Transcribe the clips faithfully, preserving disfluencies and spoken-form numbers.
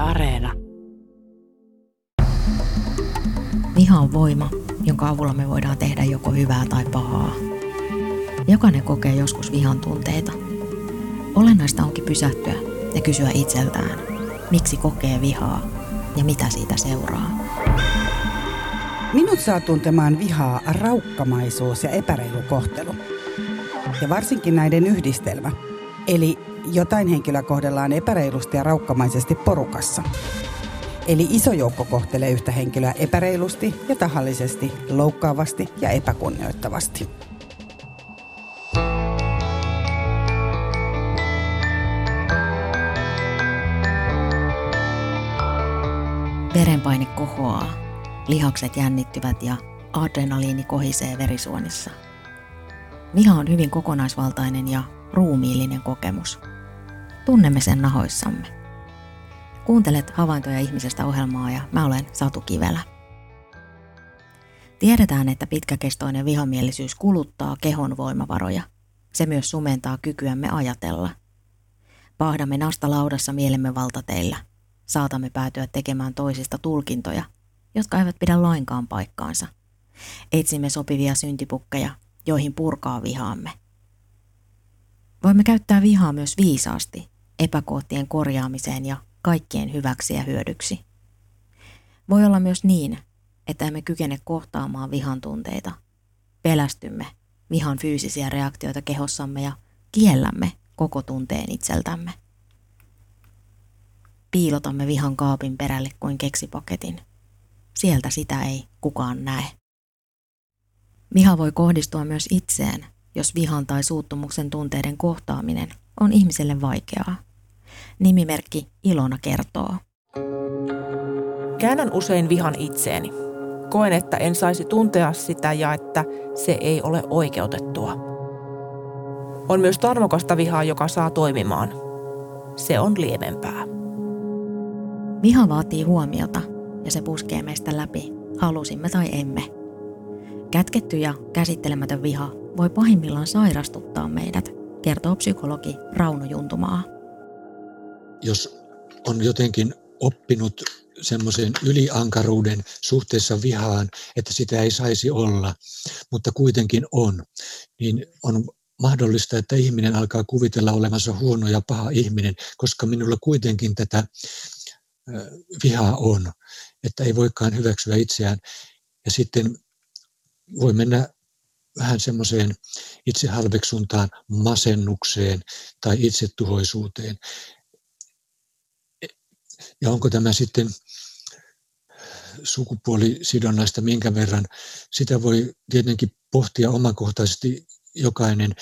Areena. Viha on voima, jonka avulla me voidaan tehdä joko hyvää tai pahaa. Jokainen kokee joskus vihan tunteita. Olennaista onkin pysähtyä ja kysyä itseltään, miksi kokee vihaa ja mitä siitä seuraa. Minut saa tuntemaan vihaa raukkamaisuus ja epäreilu kohtelu. Ja varsinkin näiden yhdistelmä. Eli jotain henkilöä kohdellaan epäreilusti ja raukkamaisesti porukassa. Eli iso joukko kohtelee yhtä henkilöä epäreilusti ja tahallisesti, loukkaavasti ja epäkunnioittavasti. Verenpaine kohoaa, lihakset jännittyvät ja adrenaliini kohisee verisuonissa. Viha on hyvin kokonaisvaltainen ja ruumiillinen kokemus. Tunnemme sen nahoissamme. Kuuntelet Havaintoja ihmisestä -ohjelmaa ja mä olen Satu Kivelä. Tiedetään, että pitkäkestoinen vihamielisyys kuluttaa kehon voimavaroja. Se myös sumentaa kykyämme ajatella. Paahdamme nastalaudassa mielemme valtateillä. Saatamme päätyä tekemään toisista tulkintoja, jotka eivät pidä lainkaan paikkaansa. Etsimme sopivia syntipukkeja, joihin purkaa vihaamme. Voimme käyttää vihaa myös viisaasti, epäkohtien korjaamiseen ja kaikkien hyväksi ja hyödyksi. Voi olla myös niin, että emme kykene kohtaamaan vihan tunteita. Pelästymme vihan fyysisiä reaktioita kehossamme ja kiellämme koko tunteen itseltämme. Piilotamme vihan kaapin perälle kuin keksipaketin. Sieltä sitä ei kukaan näe. Viha voi kohdistua myös itseen, jos vihan tai suuttumuksen tunteiden kohtaaminen on ihmiselle vaikeaa. Nimimerkki Ilona kertoo. Käännän usein vihan itseeni. Koen, että en saisi tuntea sitä ja että se ei ole oikeutettua. On myös tarmokasta vihaa, joka saa toimimaan. Se on lievempää. Viha vaatii huomiota ja se puskee meistä läpi, halusimme tai emme. Kätketty ja käsittelemätön viha voi pahimmillaan sairastuttaa meidät, kertoo psykologi Rauno Juntumaa. Jos on jotenkin oppinut semmoisen yliankaruuden suhteessa vihaan, että sitä ei saisi olla, mutta kuitenkin on, niin on mahdollista, että ihminen alkaa kuvitella olevansa huono ja paha ihminen, koska minulla kuitenkin tätä vihaa on, että ei voikaan hyväksyä itseään. Ja sitten voi mennä vähän semmoiseen itsehalveksuntaan, masennukseen tai itsetuhoisuuteen. Ja onko tämä sitten sukupuolisidonnaista minkä verran? Sitä voi tietenkin pohtia omakohtaisesti jokainen,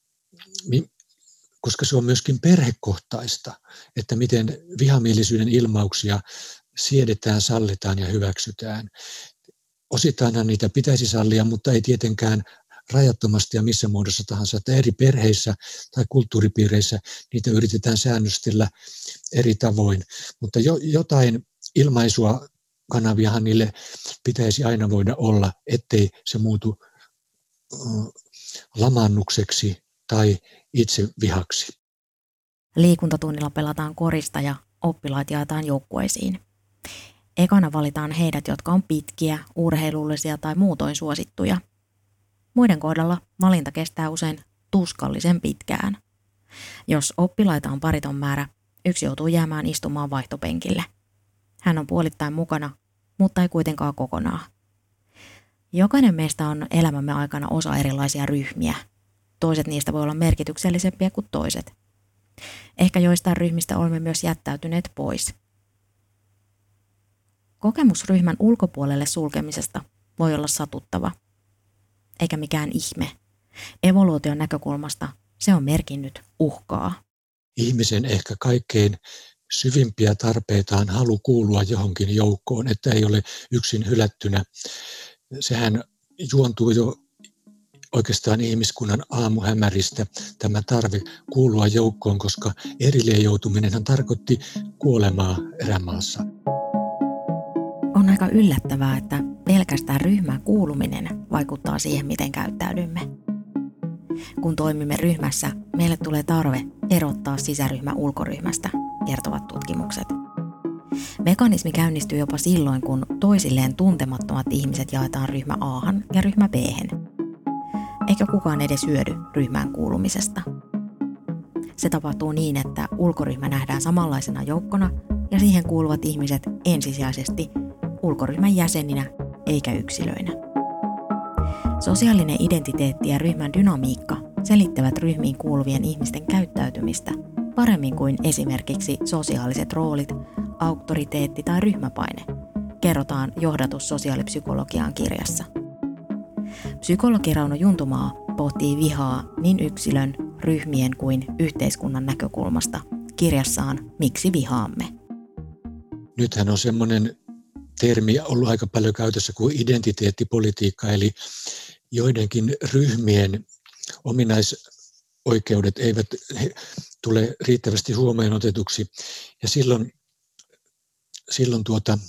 koska se on myöskin perhekohtaista, että miten vihamielisyyden ilmauksia siedetään, sallitaan ja hyväksytään. Osittainhan niitä pitäisi sallia, mutta ei tietenkään rajattomasti ja missä muodossa tahansa, että eri perheissä tai kulttuuripiireissä niitä yritetään säännöstellä eri tavoin, mutta jo, jotain ilmaisua kanaviahan niille pitäisi aina voida olla, ettei se muutu uh, lamannukseksi tai itsevihaksi. Liikuntatunnilla pelataan korista ja oppilaat jaetaan joukkueisiin. Ekana valitaan heidät, jotka on pitkiä, urheilullisia tai muutoin suosittuja. Muiden kohdalla valinta kestää usein tuskallisen pitkään. Jos oppilaita on pariton määrä, yksi joutuu jäämään istumaan vaihtopenkille. Hän on puolittain mukana, mutta ei kuitenkaan kokonaan. Jokainen meistä on elämämme aikana osa erilaisia ryhmiä. Toiset niistä voi olla merkityksellisempiä kuin toiset. Ehkä joistain ryhmistä olemme myös jättäytyneet pois. Kokemus ryhmän ulkopuolelle sulkemisesta voi olla satuttava. Eikä mikään ihme. Evoluution näkökulmasta se on merkinnyt uhkaa. Ihmisen ehkä kaikkein syvimpiä tarpeitaan halu kuulua johonkin joukkoon, että ei ole yksin hylättynä. Sehän juontuu jo oikeastaan ihmiskunnan aamuhämäristä, tämä tarve kuulua joukkoon, koska erilleen joutuminenhan tarkoitti kuolemaa erämaassa. On aika yllättävää, että pelkästään ryhmään kuuluminen vaikuttaa siihen, miten käyttäydymme. Kun toimimme ryhmässä, meille tulee tarve erottaa sisäryhmä ulkoryhmästä, kertovat tutkimukset. Mekanismi käynnistyy jopa silloin, kun toisilleen tuntemattomat ihmiset jaetaan ryhmä A:han ja ryhmä B:hen. Eikä kukaan edes hyödy ryhmään kuulumisesta. Se tapahtuu niin, että ulkoryhmä nähdään samanlaisena joukkona ja siihen kuuluvat ihmiset ensisijaisesti ulkoryhmän jäseninä eikä yksilöinä. Sosiaalinen identiteetti ja ryhmän dynamiikka selittävät ryhmiin kuuluvien ihmisten käyttäytymistä paremmin kuin esimerkiksi sosiaaliset roolit, auktoriteetti tai ryhmäpaine, kerrotaan johdatus sosiaalipsykologiaan kirjassa. Psykologi Rauno Juntumaa pohtii vihaa niin yksilön, ryhmien kuin yhteiskunnan näkökulmasta kirjassaan Miksi vihaamme? Nythän on semmoinen termi ollut aika paljon käytössä kuin identiteettipolitiikka, eli joidenkin ryhmien ominaisoikeudet eivät tule riittävästi huomioon otetuksi. Ja silloin, silloin tuota,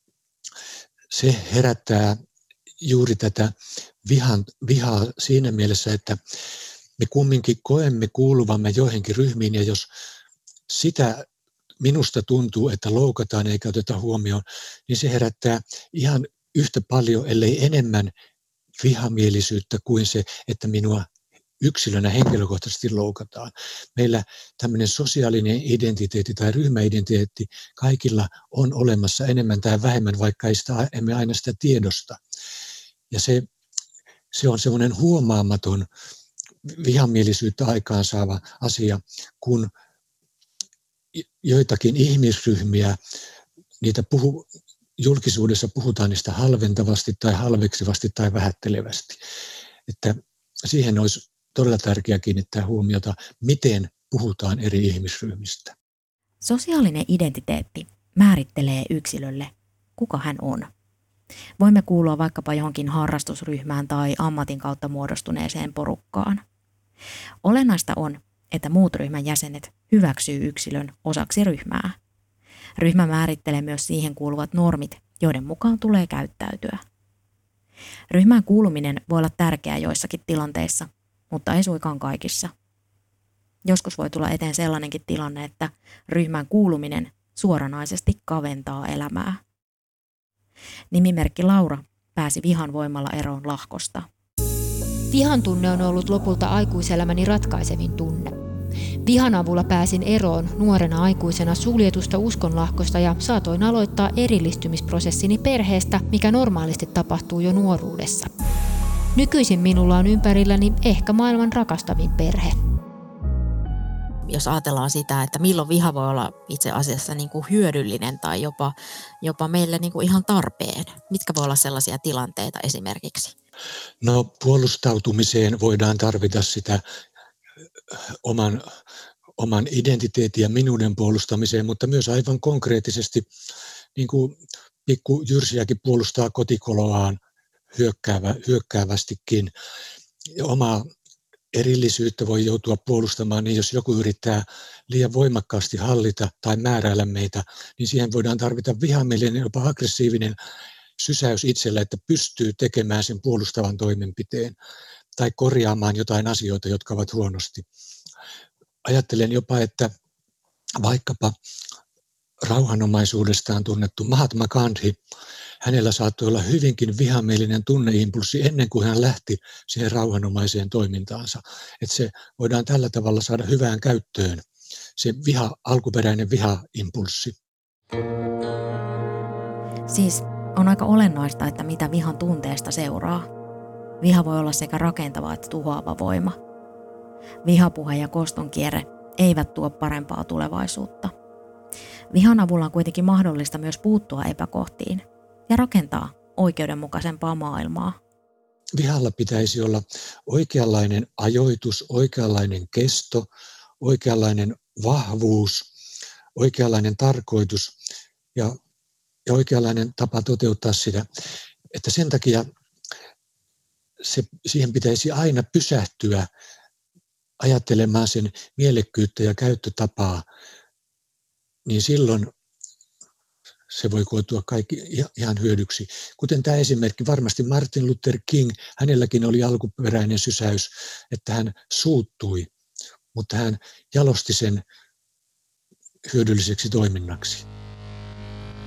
se herättää juuri tätä vihan, vihaa siinä mielessä, että me kumminkin koemme kuuluvamme joihinkin ryhmiin, ja jos sitä minusta tuntuu, että loukataan eikä oteta huomioon, niin se herättää ihan yhtä paljon, ellei enemmän vihamielisyyttä kuin se, että minua yksilönä henkilökohtaisesti loukataan. Meillä tämmöinen sosiaalinen identiteetti tai ryhmäidentiteetti kaikilla on olemassa enemmän tai vähemmän, vaikka ei sitä, emme aina sitä tiedosta. Ja se, se on semmoinen huomaamaton vihamielisyyttä aikaansaava asia, kun joitakin ihmisryhmiä, niitä puhu, julkisuudessa puhutaan niistä halventavasti tai halveksivasti tai vähättelevästi. Että siihen olisi todella tärkeää kiinnittää huomiota, miten puhutaan eri ihmisryhmistä. Sosiaalinen identiteetti määrittelee yksilölle, kuka hän on. Voimme kuulua vaikkapa johonkin harrastusryhmään tai ammatin kautta muodostuneeseen porukkaan. Olennaista on, että muut ryhmän jäsenet hyväksyy yksilön osaksi ryhmää. Ryhmä määrittelee myös siihen kuuluvat normit, joiden mukaan tulee käyttäytyä. Ryhmään kuuluminen voi olla tärkeää joissakin tilanteissa, mutta ei suinkaan kaikissa. Joskus voi tulla eteen sellainenkin tilanne, että ryhmään kuuluminen suoranaisesti kaventaa elämää. Nimimerkki Laura pääsi vihan voimalla eroon lahkosta. Vihan tunne on ollut lopulta aikuiselämäni ratkaisevin tunne. Vihan avulla pääsin eroon nuorena aikuisena suljetusta uskonlahkosta ja saatoin aloittaa erillistymisprosessini perheestä, mikä normaalisti tapahtuu jo nuoruudessa. Nykyisin minulla on ympärilläni ehkä maailman rakastavin perhe. Jos ajatellaan sitä, että milloin viha voi olla itse asiassa niin kuin hyödyllinen tai jopa, jopa meille niin kuin ihan tarpeen. Mitkä voi olla sellaisia tilanteita esimerkiksi? No, puolustautumiseen voidaan tarvita sitä oman, oman identiteetin ja minuuden puolustamiseen, mutta myös aivan konkreettisesti niin kuin pikku Jyrsiäkin puolustaa kotikoloaan hyökkäävä, hyökkäävästikin. Omaa erillisyyttä voi joutua puolustamaan, niin jos joku yrittää liian voimakkaasti hallita tai määräillä meitä, niin siihen voidaan tarvita vihamielinen, jopa aggressiivinen sysäys itsellä, että pystyy tekemään sen puolustavan toimenpiteen tai korjaamaan jotain asioita, jotka ovat huonosti. Ajattelen jopa, että vaikkapa rauhanomaisuudestaan tunnettu Mahatma Gandhi, hänellä saattoi olla hyvinkin vihamielinen tunneimpulssi ennen kuin hän lähti siihen rauhanomaiseen toimintaansa. Että se voidaan tällä tavalla saada hyvään käyttöön, se viha, alkuperäinen vihaimpulssi. Siis on aika olennaista, että mitä vihan tunteesta seuraa. Viha voi olla sekä rakentava että tuhoava voima. Vihapuhe ja koston kierre eivät tuo parempaa tulevaisuutta. Vihan avulla on kuitenkin mahdollista myös puuttua epäkohtiin ja rakentaa oikeudenmukaisempaa maailmaa. Vihalla pitäisi olla oikeanlainen ajoitus, oikeanlainen kesto, oikeanlainen vahvuus, oikeanlainen tarkoitus ja, ja oikeanlainen tapa toteuttaa sitä. Että sen takia se, siihen pitäisi aina pysähtyä ajattelemaan sen mielekkyyttä ja käyttötapaa, niin silloin se voi koitua kaikki ihan hyödyksi. Kuten tämä esimerkki, varmasti Martin Luther King, hänelläkin oli alkuperäinen sysäys, että hän suuttui, mutta hän jalosti sen hyödylliseksi toiminnaksi.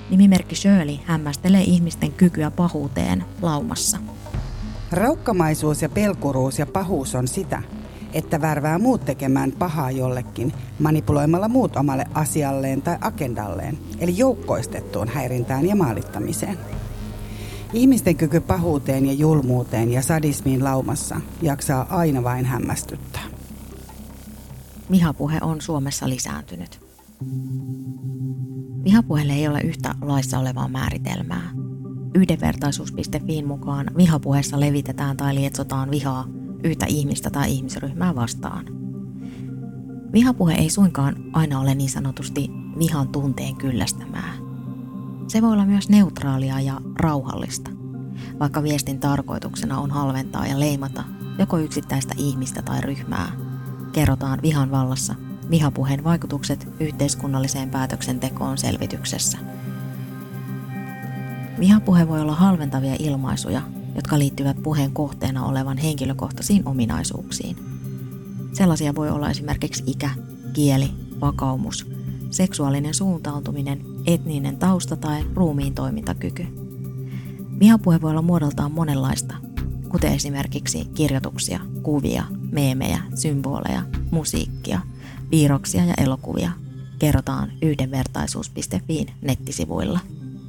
Nimimerkki Shirley hämmästelee ihmisten kykyä pahuuteen laumassa. Raukkamaisuus ja pelkuruus ja pahuus on sitä, että värvää muut tekemään pahaa jollekin manipuloimalla muut omalle asialleen tai agendalleen, eli joukkoistettuun häirintään ja maalittamiseen. Ihmisten kyky pahuuteen ja julmuuteen ja sadismiin laumassa jaksaa aina vain hämmästyttää. Vihapuhe on Suomessa lisääntynyt. Vihapuheelle ei ole yhtä laissa olevaa määritelmää. Yhdenvertaisuus piste fiin mukaan vihapuheessa levitetään tai lietsotaan vihaa yhtä ihmistä tai ihmisryhmää vastaan. Vihapuhe ei suinkaan aina ole niin sanotusti vihan tunteen kyllästämää. Se voi olla myös neutraalia ja rauhallista, vaikka viestin tarkoituksena on halventaa ja leimata joko yksittäistä ihmistä tai ryhmää. Kerrotaan Vihan vallassa vihapuheen vaikutukset yhteiskunnalliseen päätöksentekoon selvityksessä. Vihapuhe voi olla halventavia ilmaisuja, jotka liittyvät puheen kohteena olevan henkilökohtaisiin ominaisuuksiin. Sellaisia voi olla esimerkiksi ikä, kieli, vakaumus, seksuaalinen suuntautuminen, etninen tausta tai ruumiin toimintakyky. Vihapuhe voi olla muodoltaan monenlaista, kuten esimerkiksi kirjoituksia, kuvia, meemejä, symboleja, musiikkia, piirroksia ja elokuvia, kerrotaan yhdenvertaisuus piste fiin nettisivuilla.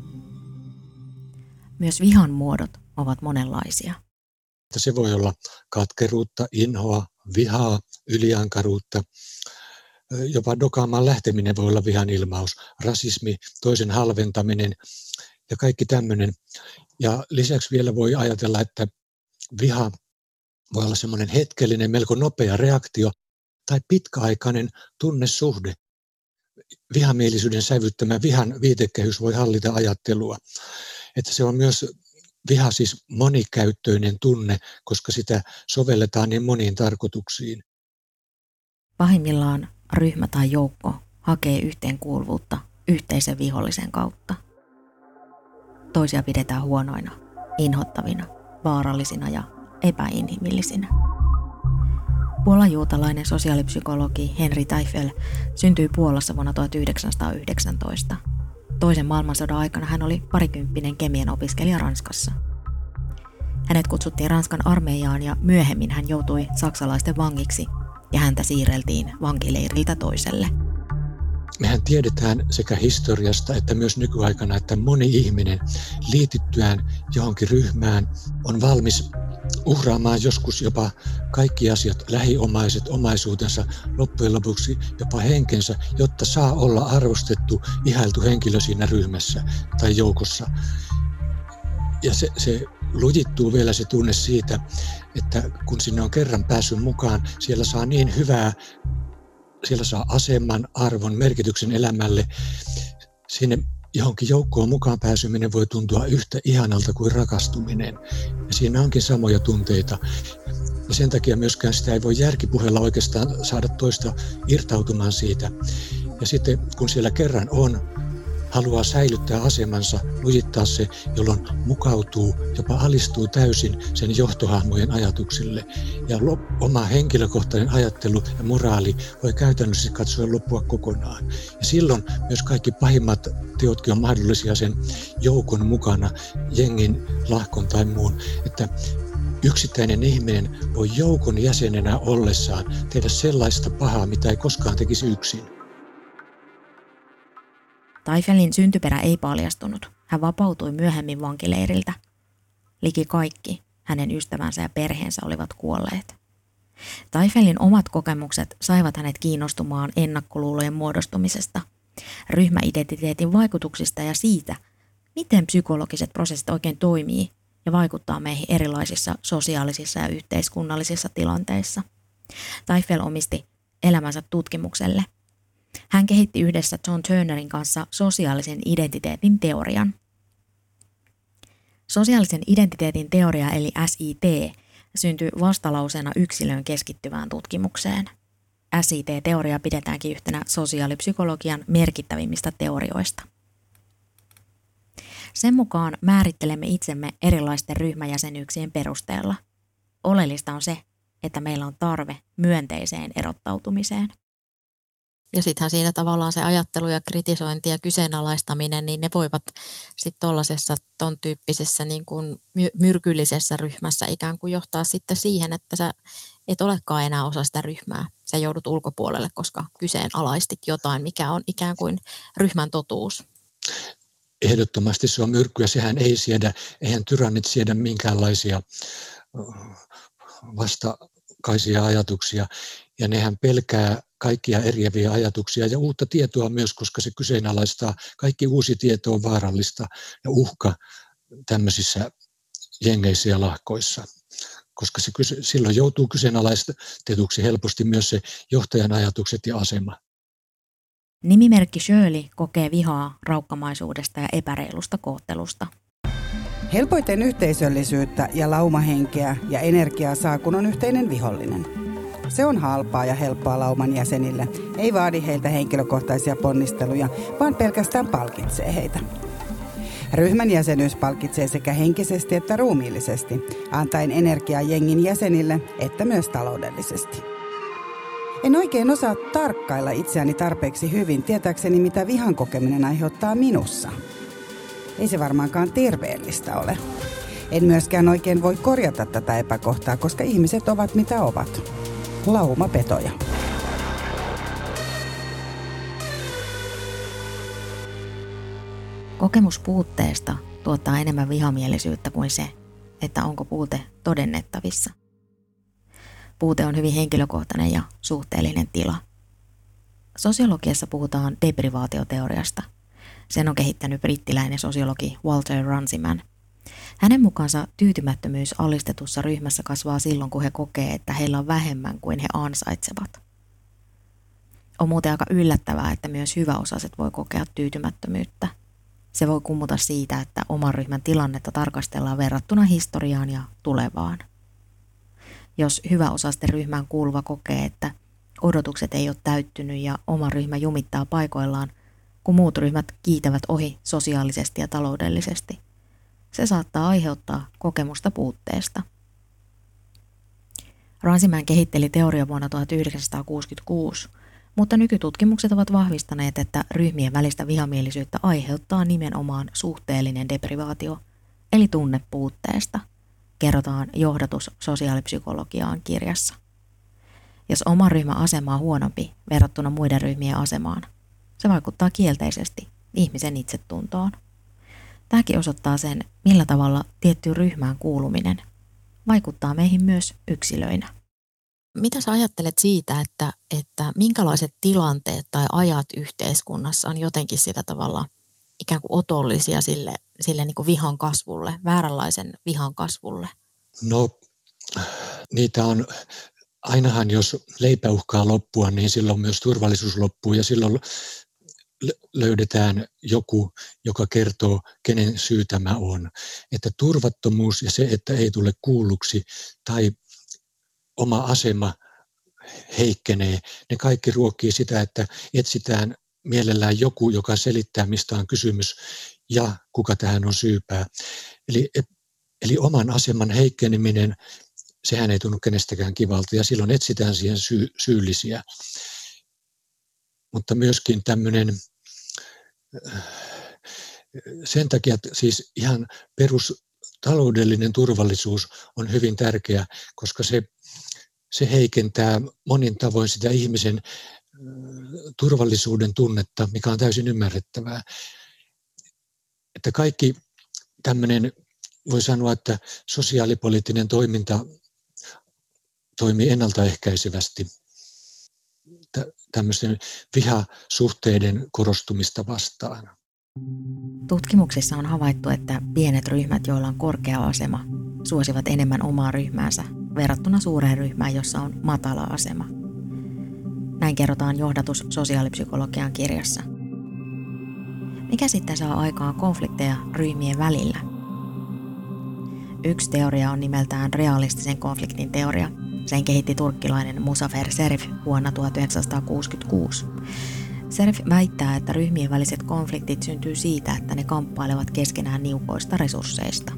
Myös vihan muodot ovat monenlaisia. Se voi olla katkeruutta, inhoa, vihaa, yliankaruutta. Jopa dokaamaan lähteminen voi olla vihan ilmaus, rasismi, toisen halventaminen ja kaikki tämmöinen. Ja lisäksi vielä voi ajatella, että viha voi olla semmoinen hetkellinen, melko nopea reaktio tai pitkäaikainen tunnesuhde. Vihamielisyyden sävyttämä vihan viitekehys voi hallita ajattelua. Että se on myös viha siis monikäyttöinen tunne, koska sitä sovelletaan niin moniin tarkoituksiin. Pahimmillaan ryhmä tai joukko hakee yhteenkuuluvuutta yhteisen vihollisen kautta. Toisia pidetään huonoina, inhottavina, vaarallisina ja epäinhimillisinä. Puolajuutalainen sosiaalipsykologi Henri Teifel syntyi Puolassa vuonna tuhatyhdeksänsataayhdeksäntoista. Toisen maailmansodan aikana hän oli parikymppinen kemian opiskelija Ranskassa. Hänet kutsuttiin Ranskan armeijaan ja myöhemmin hän joutui saksalaisten vangiksi ja häntä siirreltiin vankileiriltä toiselle. Mehän tiedetään sekä historiasta että myös nykyaikana, että moni ihminen liityttyään johonkin ryhmään on valmis uhraamaan joskus jopa kaikki asiat, lähiomaiset, omaisuutensa, loppujen lopuksi jopa henkensä, jotta saa olla arvostettu, ihailtu henkilö siinä ryhmässä tai joukossa. Ja se, se lujittuu vielä se tunne siitä, että kun sinne on kerran päässyt mukaan, siellä saa niin hyvää, siellä saa aseman, arvon, merkityksen elämälle. Sinne johonkin joukkoon mukaan pääsyminen voi tuntua yhtä ihanalta kuin rakastuminen. Ja siinä onkin samoja tunteita. Ja sen takia myöskään sitä ei voi järkipuheella oikeastaan saada toista irtautumaan siitä. Ja sitten kun siellä kerran on, haluaa säilyttää asemansa, lujittaa se, jolloin mukautuu, jopa alistuu täysin sen johtohahmojen ajatuksille. Ja oma henkilökohtainen ajattelu ja moraali voi käytännössä katsoen loppua kokonaan. Ja silloin myös kaikki pahimmat teotkin on mahdollisia sen joukon mukana, jengin, lahkon tai muun. Että yksittäinen ihminen voi joukon jäsenenä ollessaan tehdä sellaista pahaa, mitä ei koskaan tekisi yksin. Teifelin syntyperä ei paljastunut. Hän vapautui myöhemmin vankileiriltä. Liki kaikki hänen ystävänsä ja perheensä olivat kuolleet. Teifelin omat kokemukset saivat hänet kiinnostumaan ennakkoluulojen muodostumisesta, ryhmäidentiteetin vaikutuksista ja siitä, miten psykologiset prosessit oikein toimii ja vaikuttaa meihin erilaisissa sosiaalisissa ja yhteiskunnallisissa tilanteissa. Teifel omisti elämänsä tutkimukselle. Hän kehitti yhdessä John Turnerin kanssa sosiaalisen identiteetin teorian. Sosiaalisen identiteetin teoria eli S I T syntyi vastalauseena yksilöön keskittyvään tutkimukseen. S I T-teoria pidetäänkin yhtenä sosiaalipsykologian merkittävimmistä teorioista. Sen mukaan määrittelemme itsemme erilaisten ryhmäjäsenyyksien perusteella. Oleellista on se, että meillä on tarve myönteiseen erottautumiseen. Ja sittenhän siinä tavallaan se ajattelu ja kritisointi ja kyseenalaistaminen, niin ne voivat sitten tuollaisessa ton tyyppisessä niin kuin myrkyllisessä ryhmässä ikään kuin johtaa sitten siihen, että sä et olekaan enää osa sitä ryhmää. Sä joudut ulkopuolelle, koska kyseenalaistit jotain, mikä on ikään kuin ryhmän totuus. Ehdottomasti se on myrkkyä. Sehän ei siedä, eihän tyrannit siedä minkäänlaisia vastakaisia ajatuksia. Ja nehän pelkää kaikkia eriäviä ajatuksia ja uutta tietoa myös, koska se kyseenalaistaa. Kaikki uusi tieto on vaarallista ja uhka tämmöisissä jengeissä ja lahkoissa, koska se, silloin joutuu kyseenalaistetuksi helposti myös se johtajan ajatukset ja asema. Nimimerkki Shirley kokee vihaa raukkamaisuudesta ja epäreilusta kohtelusta. Helpoiten yhteisöllisyyttä ja laumahenkeä ja energiaa saa, kun on yhteinen vihollinen. Se on halpaa ja helppoa lauman jäsenille. Ei vaadi heiltä henkilökohtaisia ponnisteluja, vaan pelkästään palkitsee heitä. Ryhmän jäsenyys palkitsee sekä henkisesti että ruumiillisesti, antaen energiaa jengin jäsenille että myös taloudellisesti. En oikein osaa tarkkailla itseäni tarpeeksi hyvin tietääkseni, mitä vihan kokeminen aiheuttaa minussa. Ei se varmaankaan terveellistä ole. En myöskään oikein voi korjata tätä epäkohtaa, koska ihmiset ovat mitä ovat. Laumapetoja. Kokemus puutteesta tuottaa enemmän vihamielisyyttä kuin se, että onko puute todennettavissa. Puute on hyvin henkilökohtainen ja suhteellinen tila. Sosiologiassa puhutaan deprivaatioteoriasta. Sen on kehittänyt brittiläinen sosiologi Walter Runciman. Hänen mukaansa tyytymättömyys alistetussa ryhmässä kasvaa silloin, kun he kokee, että heillä on vähemmän kuin he ansaitsevat. On muuten aika yllättävää, että myös hyväosaiset voi kokea tyytymättömyyttä. Se voi kummuta siitä, että oman ryhmän tilannetta tarkastellaan verrattuna historiaan ja tulevaan. Jos hyväosaisten ryhmään kuuluva kokee, että odotukset ei ole täyttynyt ja oma ryhmä jumittaa paikoillaan, kun muut ryhmät kiitävät ohi sosiaalisesti ja taloudellisesti, se saattaa aiheuttaa kokemusta puutteesta. Runciman kehitteli teoria vuonna tuhatyhdeksänsataakuusikymmentäkuusi, mutta nykytutkimukset ovat vahvistaneet, että ryhmien välistä vihamielisyyttä aiheuttaa nimenomaan suhteellinen deprivaatio, eli tunne puutteesta, kerrotaan johdatus sosiaalipsykologiaan kirjassa. Jos oma ryhmän asema on huonompi verrattuna muiden ryhmien asemaan, se vaikuttaa kielteisesti ihmisen itsetuntoon. Tämäkin osoittaa sen, millä tavalla tiettyyn ryhmään kuuluminen vaikuttaa meihin myös yksilöinä. Mitä sä ajattelet siitä, että, että minkälaiset tilanteet tai ajat yhteiskunnassa on jotenkin sitä tavalla ikään kuin otollisia sille, sille niin kuin vihan kasvulle, vääränlaisen vihan kasvulle? No, niitä on, ainahan jos leipä uhkaa loppua, niin silloin myös turvallisuus loppuu ja silloin löydetään joku, joka kertoo, kenen syy tämä on. Että turvattomuus ja se, että ei tule kuulluksi tai oma asema heikkenee, ne kaikki ruokkii sitä, että etsitään mielellään joku, joka selittää, mistä on kysymys ja kuka tähän on syypää. Eli, eli oman aseman heikkeneminen, sehän ei tunnu kenestäkään kivalta ja silloin etsitään siihen syy, syyllisiä. Mutta myöskin tämmöinen, sen takia siis ihan perustaloudellinen turvallisuus on hyvin tärkeä, koska se, se heikentää monin tavoin sitä ihmisen turvallisuuden tunnetta, mikä on täysin ymmärrettävää. Että kaikki tämmöinen, voi sanoa, että sosiaalipoliittinen toiminta toimii ennaltaehkäisevästi tämmöisten vihasuhteiden korostumista vastaan. Tutkimuksissa on havaittu, että pienet ryhmät, joilla on korkea asema, suosivat enemmän omaa ryhmäänsä verrattuna suureen ryhmään, jossa on matala asema. Näin kerrotaan johdatus sosiaalipsykologian kirjassa. Mikä sitten saa aikaan konflikteja ryhmien välillä? Yksi teoria on nimeltään realistisen konfliktin teoria. Sen kehitti turkkilainen Muzaffer Serif vuonna tuhatyhdeksänsataakuusikymmentäkuusi. Serif väittää, että ryhmien väliset konfliktit syntyy siitä, että ne kamppailevat keskenään niukoista resursseista.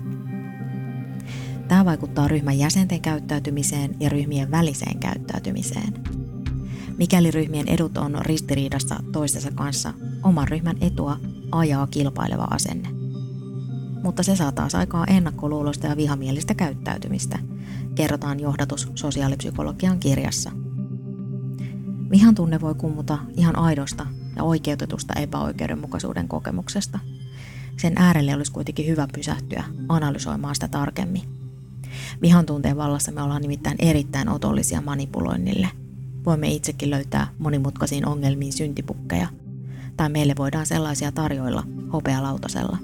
Tämä vaikuttaa ryhmän jäsenten käyttäytymiseen ja ryhmien väliseen käyttäytymiseen. Mikäli ryhmien edut on ristiriidassa toistensa kanssa, oman ryhmän etua ajaa kilpaileva asenne. Mutta se saa taas aikaa ennakkoluuloista ja vihamielistä käyttäytymistä, kerrotaan johdatus sosiaalipsykologian kirjassa. Vihan tunne voi kummuta ihan aidosta ja oikeutetusta epäoikeudenmukaisuuden kokemuksesta. Sen äärelle olisi kuitenkin hyvä pysähtyä analysoimaan sitä tarkemmin. Vihan tunteen vallassa me ollaan nimittäin erittäin otollisia manipuloinnille. Voimme itsekin löytää monimutkaisiin ongelmiin syntipukkeja, tai meille voidaan sellaisia tarjoilla hopealautasella.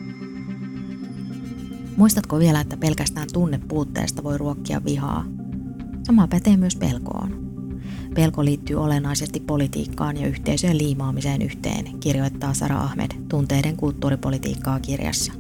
Muistatko vielä, että pelkästään tunnepuutteesta voi ruokkia vihaa? Sama pätee myös pelkoon. Pelko liittyy olennaisesti politiikkaan ja yhteisöjen liimaamiseen yhteen, kirjoittaa Sara Ahmed Tunteiden kulttuuripolitiikkaa -kirjassa.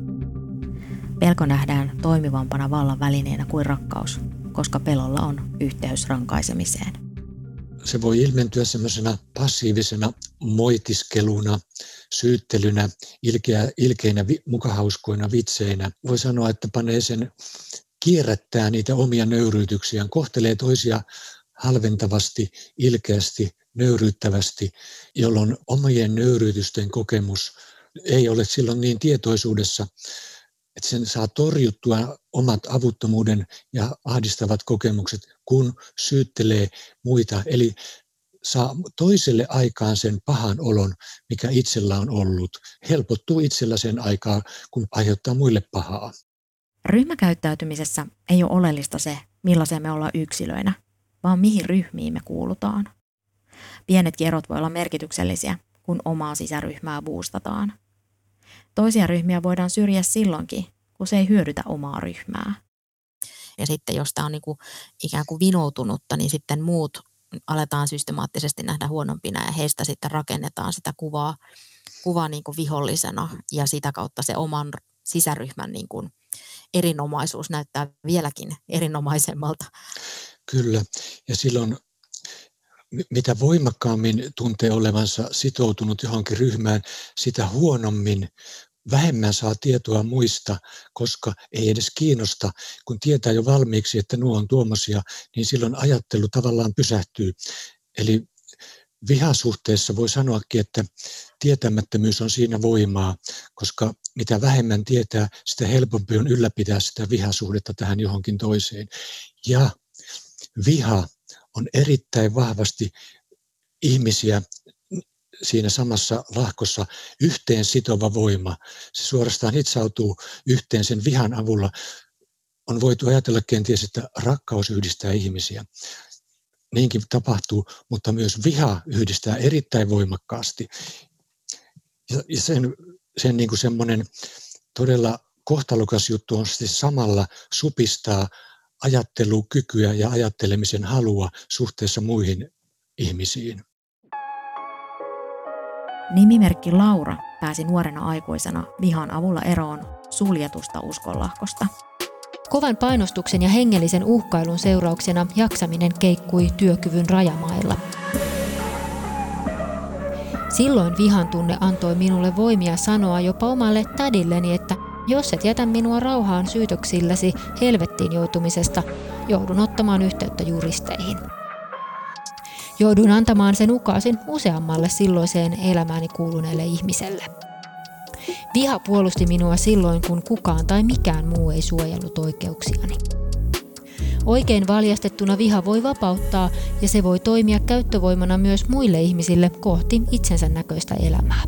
Pelko nähdään toimivampana vallan välineenä kuin rakkaus, koska pelolla on yhteys rankaisemiseen. Se voi ilmentyä semmoisena passiivisena moitiskeluna, syyttelynä, ilkeä, ilkeinä, mukahauskoina vitseinä. Voi sanoa, että panee sen kierrättää niitä omia nöyryytyksiään, kohtelee toisia halventavasti, ilkeästi, nöyryyttävästi, jolloin omien nöyryytysten kokemus ei ole silloin niin tietoisuudessa, että sen saa torjuttua omat avuttomuuden ja ahdistavat kokemukset, kun syyttelee muita. Eli saa toiselle aikaan sen pahan olon, mikä itsellä on ollut. Helpottuu itsellä sen aikaa, kun aiheuttaa muille pahaa. Ryhmäkäyttäytymisessä ei ole oleellista se, millaisia me ollaan yksilöinä, vaan mihin ryhmiin me kuulutaan. Pienetkin erot voi olla merkityksellisiä, kun omaa sisäryhmää boostataan. Toisia ryhmiä voidaan syrjiä silloinkin, kun se ei hyödytä omaa ryhmää. Ja sitten jos tämä on niin kuin ikään kuin vinoutunutta, niin sitten muut aletaan systemaattisesti nähdä huonompina ja heistä sitten rakennetaan sitä kuvaa, kuvaa niin kuin vihollisena ja sitä kautta se oman sisäryhmän niin kuin erinomaisuus näyttää vieläkin erinomaisemmalta. Kyllä, ja silloin mitä voimakkaammin tuntee olevansa sitoutunut johonkin ryhmään, sitä huonommin, vähemmän saa tietoa muista, koska ei edes kiinnosta. Kun tietää jo valmiiksi, että nuo on tuommoisia, niin silloin ajattelu tavallaan pysähtyy. Eli vihasuhteessa voi sanoakin, että tietämättömyys on siinä voimaa, koska mitä vähemmän tietää, sitä helpompi on ylläpitää sitä vihasuhdetta tähän johonkin toiseen. Ja viha on erittäin vahvasti ihmisiä siinä samassa lahkossa yhteen sitova voima. Se suorastaan hitsautuu yhteen sen vihan avulla. On voitu ajatella kenties, että rakkaus yhdistää ihmisiä. Niinkin tapahtuu, mutta myös viha yhdistää erittäin voimakkaasti. Ja sen, sen niin kuin semmoinen todella kohtalokas juttu on sitten samalla supistaa ajattelukykyä ja ajattelemisen halua suhteessa muihin ihmisiin. Nimimerkki Laura pääsi nuorena aikuisena vihan avulla eroon suljetusta uskonlahkosta. Kovan painostuksen ja hengellisen uhkailun seurauksena jaksaminen keikkui työkyvyn rajamailla. Silloin vihan tunne antoi minulle voimia sanoa jopa omalle tädilleni, että jos et jätä minua rauhaan syytöksilläsi helvettiin joutumisesta, joudun ottamaan yhteyttä juristeihin. Jouduin antamaan sen ukaasin useammalle silloiseen elämääni kuuluneelle ihmiselle. Viha puolusti minua silloin, kun kukaan tai mikään muu ei suojellut oikeuksiani. Oikein valjastettuna viha voi vapauttaa ja se voi toimia käyttövoimana myös muille ihmisille kohti itsensä näköistä elämää.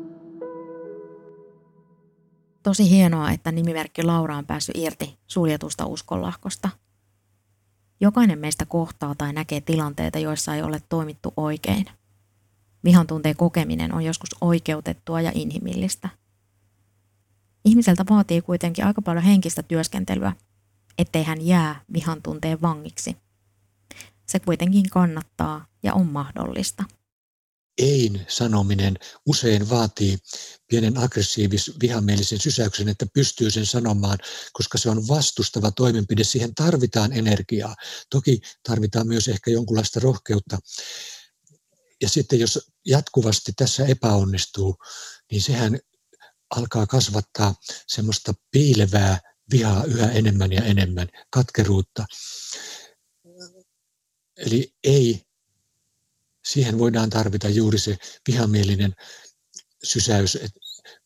Tosi hienoa, että nimimerkki Laura on päässyt irti suljetusta uskonlahkosta. Jokainen meistä kohtaa tai näkee tilanteita, joissa ei ole toimittu oikein. Vihan tunteen kokeminen on joskus oikeutettua ja inhimillistä. Ihmiseltä vaatii kuitenkin aika paljon henkistä työskentelyä, ettei hän jää vihan tunteen vangiksi. Se kuitenkin kannattaa ja on mahdollista. Ein sanominen usein vaatii pienen aggressiivis vihamielisen sysäyksen, että pystyy sen sanomaan, koska se on vastustava toimenpide. Siihen tarvitaan energiaa. Toki tarvitaan myös ehkä jonkunlaista rohkeutta. Ja sitten jos jatkuvasti tässä epäonnistuu, niin sehän alkaa kasvattaa semmoista piilevää vihaa yhä enemmän ja enemmän, katkeruutta. Eli ei siihen voidaan tarvita juuri se vihamielinen sysäys. Et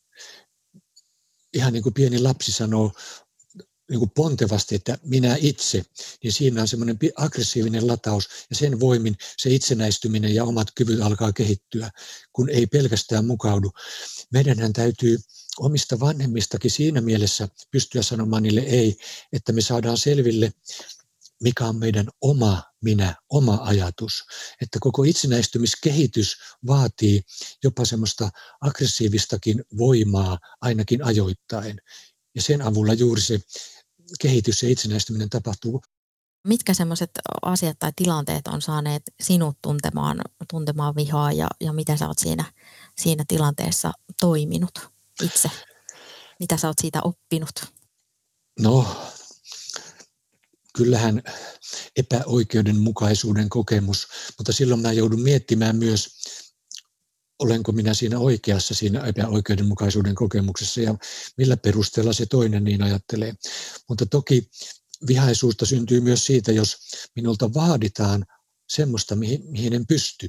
ihan niin kuin pieni lapsi sanoo niin kuin pontevasti, että minä itse, niin siinä on semmoinen aggressiivinen lataus ja sen voimin se itsenäistyminen ja omat kyvyt alkaa kehittyä, kun ei pelkästään mukaudu. Meidänhän täytyy omista vanhemmistakin siinä mielessä pystyä sanomaan niille ei, että me saadaan selville, mikä on meidän oma minä, oma ajatus. Että koko itsenäistymiskehitys vaatii jopa semmoista aggressiivistakin voimaa ainakin ajoittain. Ja sen avulla juuri se kehitys ja itsenäistyminen tapahtuu. Mitkä semmoiset asiat tai tilanteet on saaneet sinut tuntemaan, tuntemaan vihaa ja, ja miten sä oot siinä, siinä tilanteessa toiminut itse? Mitä sä oot siitä oppinut? No, kyllähän epäoikeudenmukaisuuden kokemus, mutta silloin mä joudun miettimään myös, olenko minä siinä oikeassa siinä epäoikeudenmukaisuuden kokemuksessa ja millä perusteella se toinen niin ajattelee. Mutta toki vihaisuutta syntyy myös siitä, jos minulta vaaditaan semmoista, mihin, mihin en pysty.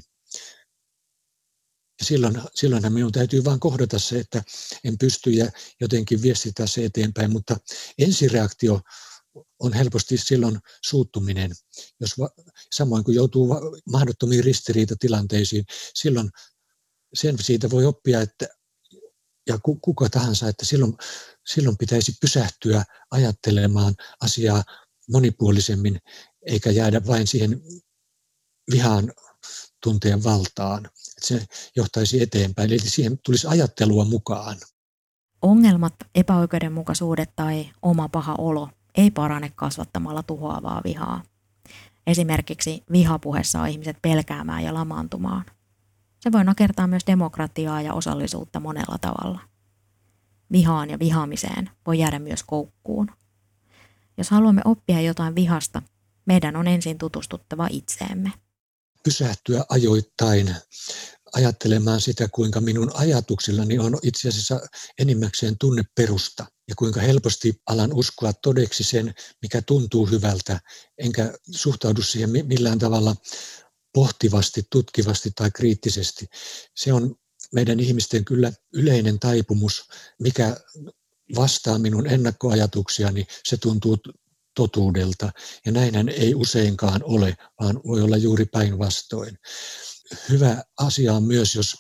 Ja silloin, silloinhan minun täytyy vain kohdata se, että en pysty ja jotenkin viestitä se eteenpäin, mutta ensireaktio on helposti silloin suuttuminen. Jos va, samoin kuin joutuu va, mahdottomiin ristiriitatilanteisiin, silloin sen siitä voi oppia, että, ja kuka tahansa, että silloin, silloin pitäisi pysähtyä ajattelemaan asiaa monipuolisemmin, eikä jäädä vain siihen vihan tunteen valtaan. Että se johtaisi eteenpäin, eli siihen tulisi ajattelua mukaan. Ongelmat, epäoikeudenmukaisuudet tai oma paha olo ei parane kasvattamalla tuhoavaa vihaa. Esimerkiksi vihapuhe saa ihmiset pelkäämään ja lamaantumaan. Se voi nakertaa myös demokratiaa ja osallisuutta monella tavalla. Vihaan ja vihaamiseen voi jäädä myös koukkuun. Jos haluamme oppia jotain vihasta, meidän on ensin tutustuttava itseemme. Pysähtyä ajoittain ajattelemaan sitä, kuinka minun ajatuksillani on itse asiassa enimmäkseen tunneperusta ja kuinka helposti alan uskoa todeksi sen, mikä tuntuu hyvältä, enkä suhtaudu siihen millään tavalla pohtivasti, tutkivasti tai kriittisesti. Se on meidän ihmisten kyllä yleinen taipumus, mikä vastaa minun ennakkoajatuksiani, se tuntuu totuudelta. Ja näinhän ei useinkaan ole, vaan voi olla juuri päinvastoin. Hyvä asia on myös, jos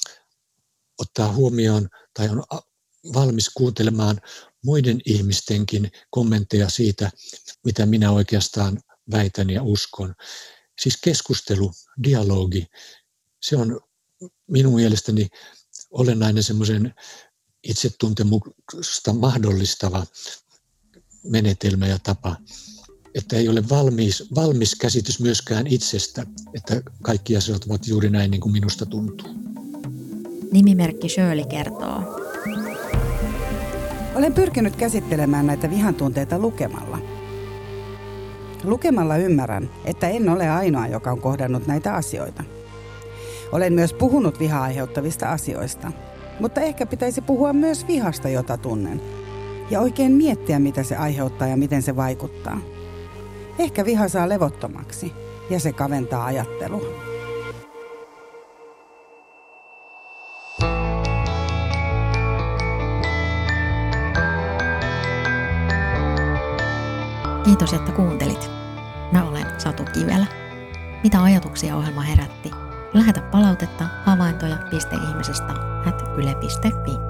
ottaa huomioon tai on valmis kuuntelemaan muiden ihmistenkin kommentteja siitä, mitä minä oikeastaan väitän ja uskon. Siis keskustelu, dialogi, se on minun mielestäni olennainen semmoisen itsetuntemusta mahdollistava menetelmä ja tapa, että ei ole valmis, valmis käsitys myöskään itsestä, että kaikki asiat ovat juuri näin niin kuin minusta tuntuu. Nimimerkki Shirley kertoo. Olen pyrkinyt käsittelemään näitä vihantunteita lukemalla. Lukemalla ymmärrän, että en ole ainoa, joka on kohdannut näitä asioita. Olen myös puhunut vihaa aiheuttavista asioista, mutta ehkä pitäisi puhua myös vihasta, jota tunnen, ja oikein miettiä, mitä se aiheuttaa ja miten se vaikuttaa. Ehkä viha saa levottomaksi, ja se kaventaa ajattelua. Kiitos, että kuuntelit. Mä olen Satu Kivelä. Mitä ajatuksia ohjelma herätti? Lähetä palautetta havaintoja piste ihmisestä at yle piste fi.